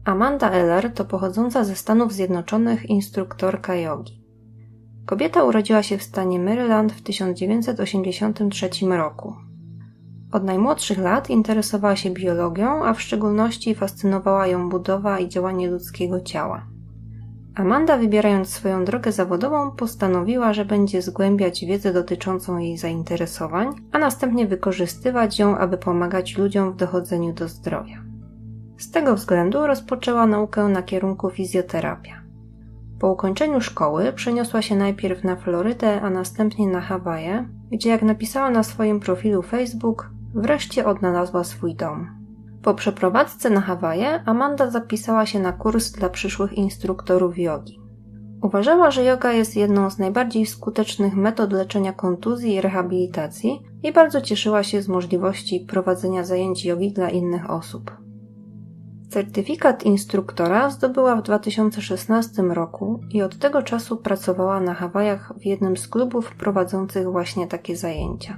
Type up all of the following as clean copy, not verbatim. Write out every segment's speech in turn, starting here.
Amanda Eller to pochodząca ze Stanów Zjednoczonych instruktorka jogi. Kobieta urodziła się w stanie Maryland w 1983 roku. Od najmłodszych lat interesowała się biologią, a w szczególności fascynowała ją budowa i działanie ludzkiego ciała. Amanda, wybierając swoją drogę zawodową, postanowiła, że będzie zgłębiać wiedzę dotyczącą jej zainteresowań, a następnie wykorzystywać ją, aby pomagać ludziom w dochodzeniu do zdrowia. Z tego względu rozpoczęła naukę na kierunku fizjoterapia. Po ukończeniu szkoły przeniosła się najpierw na Florydę, a następnie na Hawaje, gdzie, jak napisała na swoim profilu Facebook, wreszcie odnalazła swój dom. Po przeprowadzce na Hawaje Amanda zapisała się na kurs dla przyszłych instruktorów jogi. Uważała, że joga jest jedną z najbardziej skutecznych metod leczenia kontuzji i rehabilitacji i bardzo cieszyła się z możliwości prowadzenia zajęć jogi dla innych osób. Certyfikat instruktora zdobyła w 2016 roku i od tego czasu pracowała na Hawajach w jednym z klubów prowadzących właśnie takie zajęcia.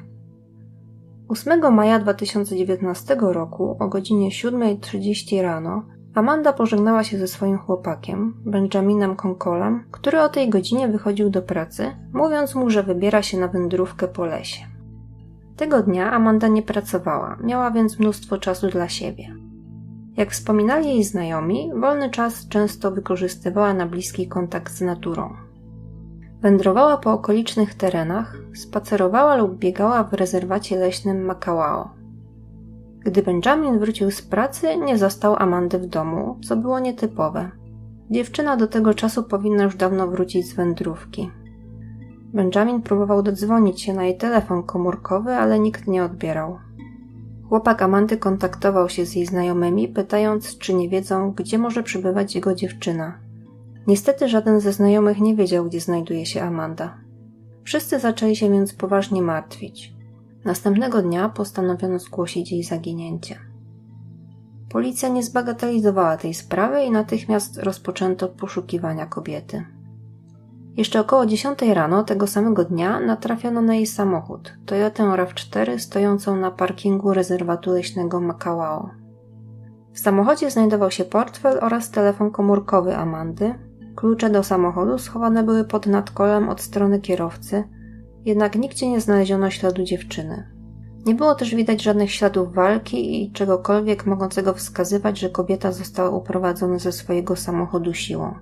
8 maja 2019 roku o godzinie 7:30 rano Amanda pożegnała się ze swoim chłopakiem, Benjaminem Konkolem, który o tej godzinie wychodził do pracy, mówiąc mu, że wybiera się na wędrówkę po lesie. Tego dnia Amanda nie pracowała, miała więc mnóstwo czasu dla siebie. Jak wspominali jej znajomi, wolny czas często wykorzystywała na bliski kontakt z naturą. Wędrowała po okolicznych terenach, spacerowała lub biegała w rezerwacie leśnym Makawao. Gdy Benjamin wrócił z pracy, nie zastał Amandy w domu, co było nietypowe. Dziewczyna do tego czasu powinna już dawno wrócić z wędrówki. Benjamin próbował dodzwonić się na jej telefon komórkowy, ale nikt nie odbierał. Chłopak Amandy kontaktował się z jej znajomymi, pytając, czy nie wiedzą, gdzie może przebywać jego dziewczyna. Niestety żaden ze znajomych nie wiedział, gdzie znajduje się Amanda. Wszyscy zaczęli się więc poważnie martwić. Następnego dnia postanowiono zgłosić jej zaginięcie. Policja nie zbagatelizowała tej sprawy i natychmiast rozpoczęto poszukiwania kobiety. Jeszcze około 10 rano tego samego dnia natrafiono na jej samochód, Toyotę RAV4 stojącą na parkingu rezerwatu leśnego Makawao. W samochodzie znajdował się portfel oraz telefon komórkowy Amandy. Klucze do samochodu schowane były pod nadkolem od strony kierowcy, jednak nigdzie nie znaleziono śladu dziewczyny. Nie było też widać żadnych śladów walki i czegokolwiek mogącego wskazywać, że kobieta została uprowadzona ze swojego samochodu siłą.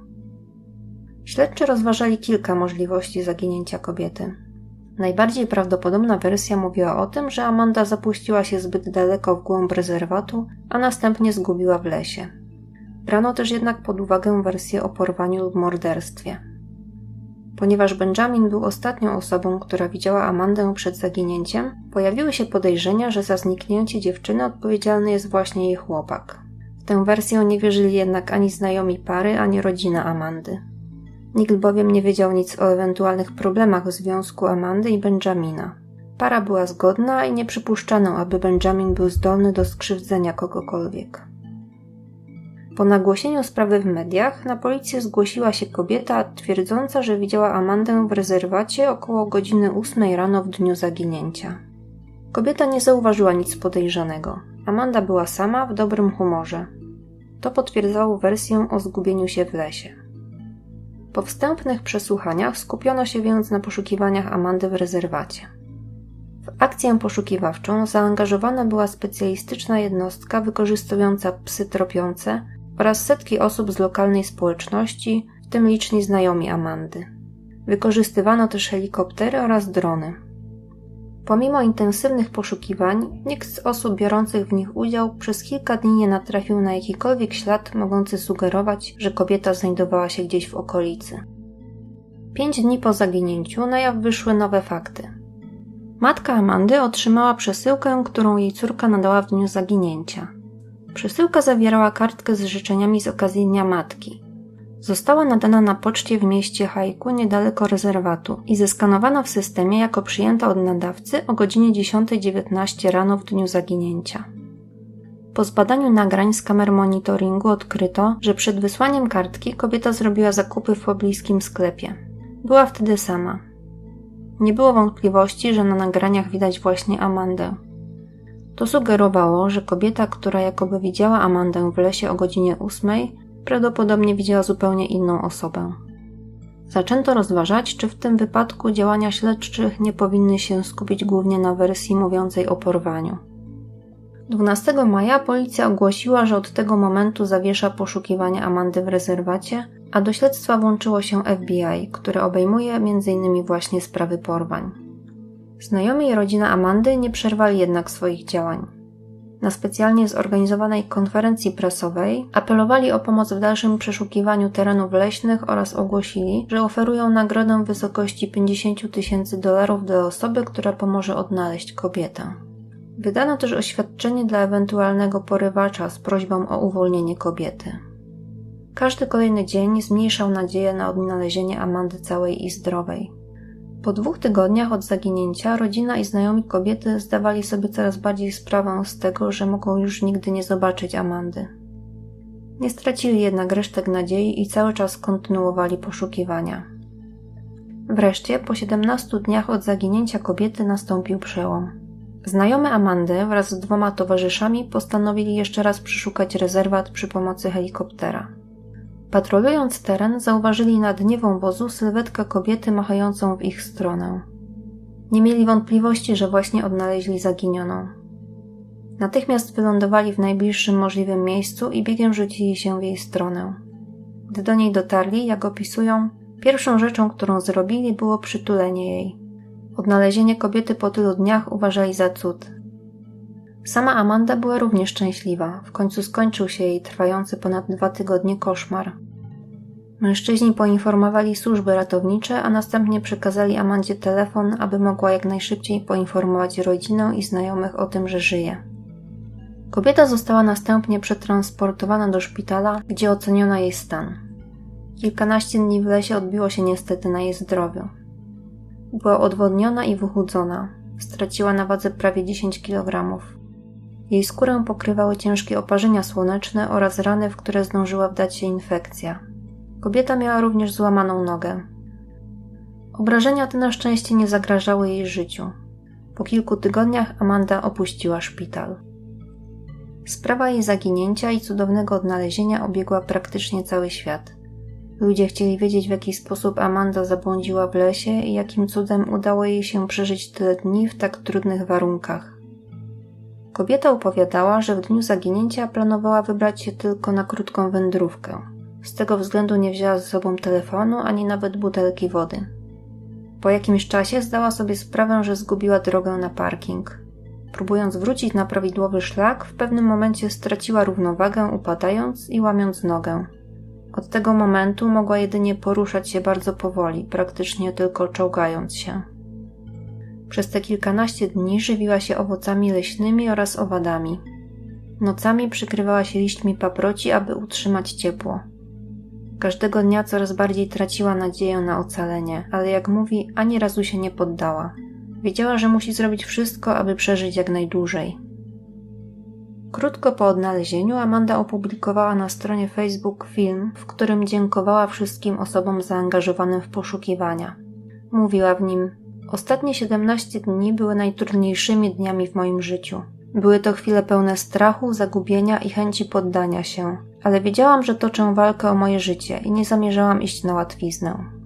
Śledczy rozważali kilka możliwości zaginięcia kobiety. Najbardziej prawdopodobna wersja mówiła o tym, że Amanda zapuściła się zbyt daleko w głąb rezerwatu, a następnie zgubiła w lesie. Brano też jednak pod uwagę wersję o porwaniu lub morderstwie. Ponieważ Benjamin był ostatnią osobą, która widziała Amandę przed zaginięciem, pojawiły się podejrzenia, że za zniknięcie dziewczyny odpowiedzialny jest właśnie jej chłopak. W tę wersję nie wierzyli jednak ani znajomi pary, ani rodzina Amandy. Nikt bowiem nie wiedział nic o ewentualnych problemach w związku Amandy i Benjamina. Para była zgodna i nie przypuszczano, aby Benjamin był zdolny do skrzywdzenia kogokolwiek. Po nagłośnieniu sprawy w mediach na policję zgłosiła się kobieta twierdząca, że widziała Amandę w rezerwacie około godziny 8 rano w dniu zaginięcia. Kobieta nie zauważyła nic podejrzanego. Amanda była sama, w dobrym humorze. To potwierdzało wersję o zgubieniu się w lesie. Po wstępnych przesłuchaniach skupiono się więc na poszukiwaniach Amandy w rezerwacie. W akcję poszukiwawczą zaangażowana była specjalistyczna jednostka wykorzystująca psy tropiące oraz setki osób z lokalnej społeczności, w tym liczni znajomi Amandy. Wykorzystywano też helikoptery oraz drony. Pomimo intensywnych poszukiwań, nikt z osób biorących w nich udział przez kilka dni nie natrafił na jakikolwiek ślad mogący sugerować, że kobieta znajdowała się gdzieś w okolicy. 5 dni po zaginięciu na jaw wyszły nowe fakty. Matka Amandy otrzymała przesyłkę, którą jej córka nadała w dniu zaginięcia. Przesyłka zawierała kartkę z życzeniami z okazji Dnia Matki. Została nadana na poczcie w mieście Haiku niedaleko rezerwatu i zeskanowana w systemie jako przyjęta od nadawcy o godzinie 10:19 rano w dniu zaginięcia. Po zbadaniu nagrań z kamer monitoringu odkryto, że przed wysłaniem kartki kobieta zrobiła zakupy w pobliskim sklepie. Była wtedy sama. Nie było wątpliwości, że na nagraniach widać właśnie Amandę. To sugerowało, że kobieta, która jakoby widziała Amandę w lesie o godzinie 8, prawdopodobnie widziała zupełnie inną osobę. Zaczęto rozważać, czy w tym wypadku działania śledczych nie powinny się skupić głównie na wersji mówiącej o porwaniu. 12 maja policja ogłosiła, że od tego momentu zawiesza poszukiwania Amandy w rezerwacie, a do śledztwa włączyło się FBI, które obejmuje m.in. właśnie sprawy porwań. Znajomi i rodzina Amandy nie przerwali jednak swoich działań. Na specjalnie zorganizowanej konferencji prasowej apelowali o pomoc w dalszym przeszukiwaniu terenów leśnych oraz ogłosili, że oferują nagrodę w wysokości $50,000 dla osoby, która pomoże odnaleźć kobietę. Wydano też oświadczenie dla ewentualnego porywacza z prośbą o uwolnienie kobiety. Każdy kolejny dzień zmniejszał nadzieję na odnalezienie Amandy całej i zdrowej. Po 2 tygodniach od zaginięcia rodzina i znajomi kobiety zdawali sobie coraz bardziej sprawę z tego, że mogą już nigdy nie zobaczyć Amandy. Nie stracili jednak resztek nadziei i cały czas kontynuowali poszukiwania. Wreszcie, po 17 dniach od zaginięcia kobiety nastąpił przełom. Znajomy Amandy wraz z 2 towarzyszami postanowili jeszcze raz przeszukać rezerwat przy pomocy helikoptera. Patrolując teren, zauważyli na dnie wąwozu sylwetkę kobiety machającą w ich stronę. Nie mieli wątpliwości, że właśnie odnaleźli zaginioną. Natychmiast wylądowali w najbliższym możliwym miejscu i biegiem rzucili się w jej stronę. Gdy do niej dotarli, jak opisują, pierwszą rzeczą, którą zrobili, było przytulenie jej. Odnalezienie kobiety po tylu dniach uważali za cud. Sama Amanda była również szczęśliwa. W końcu skończył się jej trwający ponad 2 tygodnie koszmar. Mężczyźni poinformowali służby ratownicze, a następnie przekazali Amandzie telefon, aby mogła jak najszybciej poinformować rodzinę i znajomych o tym, że żyje. Kobieta została następnie przetransportowana do szpitala, gdzie oceniono jej stan. Kilkanaście dni w lesie odbiło się niestety na jej zdrowiu. Była odwodniona i wychudzona. Straciła na wadze prawie 10 kg. Jej skórę pokrywały ciężkie oparzenia słoneczne oraz rany, w które zdążyła wdać się infekcja. Kobieta miała również złamaną nogę. Obrażenia te na szczęście nie zagrażały jej życiu. Po kilku tygodniach Amanda opuściła szpital. Sprawa jej zaginięcia i cudownego odnalezienia obiegła praktycznie cały świat. Ludzie chcieli wiedzieć, w jaki sposób Amanda zabłądziła w lesie i jakim cudem udało jej się przeżyć tyle dni w tak trudnych warunkach. Kobieta opowiadała, że w dniu zaginięcia planowała wybrać się tylko na krótką wędrówkę. Z tego względu nie wzięła ze sobą telefonu ani nawet butelki wody. Po jakimś czasie zdała sobie sprawę, że zgubiła drogę na parking. Próbując wrócić na prawidłowy szlak, w pewnym momencie straciła równowagę, upadając i łamiąc nogę. Od tego momentu mogła jedynie poruszać się bardzo powoli, praktycznie tylko czołgając się. Przez te kilkanaście dni żywiła się owocami leśnymi oraz owadami. Nocami przykrywała się liśćmi paproci, aby utrzymać ciepło. Każdego dnia coraz bardziej traciła nadzieję na ocalenie, ale jak mówi, ani razu się nie poddała. Wiedziała, że musi zrobić wszystko, aby przeżyć jak najdłużej. Krótko po odnalezieniu Amanda opublikowała na stronie Facebook film, w którym dziękowała wszystkim osobom zaangażowanym w poszukiwania. Mówiła w nim: ostatnie 17 dni były najtrudniejszymi dniami w moim życiu. Były to chwile pełne strachu, zagubienia i chęci poddania się, ale wiedziałam, że toczę walkę o moje życie i nie zamierzałam iść na łatwiznę.